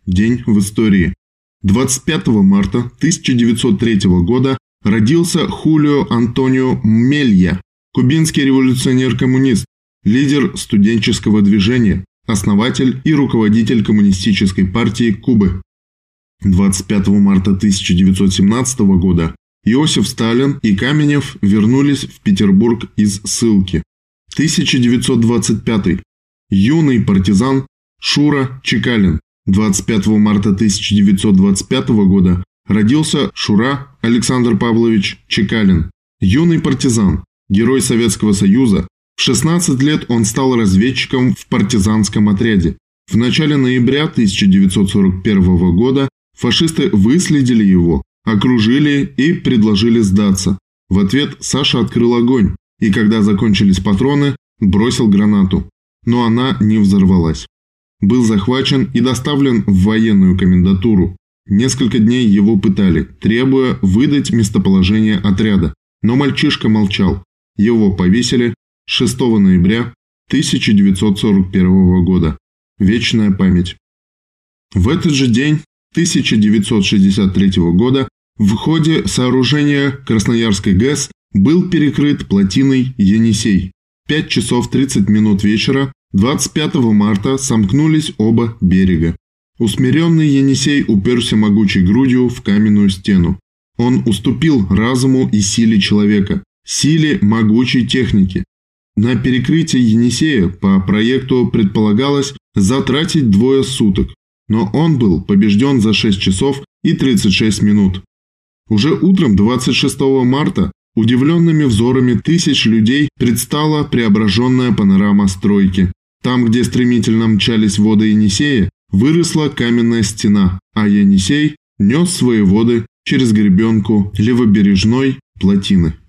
День в истории. 25 марта 1903 года родился Хулио Антонио Мелья, кубинский революционер-коммунист, лидер студенческого движения, основатель и руководитель Коммунистической партии Кубы. 25 марта 1917 года Иосиф Сталин и Каменев вернулись в Петербург из ссылки. 1925. Юный партизан Шура Чекалин. 25 марта 1925 года родился Шура Александр Павлович Чекалин. Юный партизан, герой Советского Союза. В 16 лет он стал разведчиком в партизанском отряде. В начале ноября 1941 года фашисты выследили его, окружили и предложили сдаться. В ответ Саша открыл огонь и, когда закончились патроны, бросил гранату. Но она не взорвалась. Был захвачен и доставлен в военную комендатуру. Несколько дней его пытали, требуя выдать местоположение отряда. Но мальчишка молчал. Его повесили 6 ноября 1941 года. Вечная память. В этот же день 1963 года в ходе сооружения Красноярской ГЭС был перекрыт плотиной Енисей. 5 часов 30 минут вечера 25 марта сомкнулись оба берега. Усмиренный Енисей уперся могучей грудью в каменную стену. Он уступил разуму и силе человека, силе могучей техники. На перекрытие Енисея по проекту предполагалось затратить 2 суток, но он был побежден за 6 часов и 36 минут. Уже утром 26 марта удивленными взорами тысяч людей предстала преображенная панорама стройки. Там, где стремительно мчались воды Енисея, выросла каменная стена, а Енисей нес свои воды через гребенку левобережной плотины.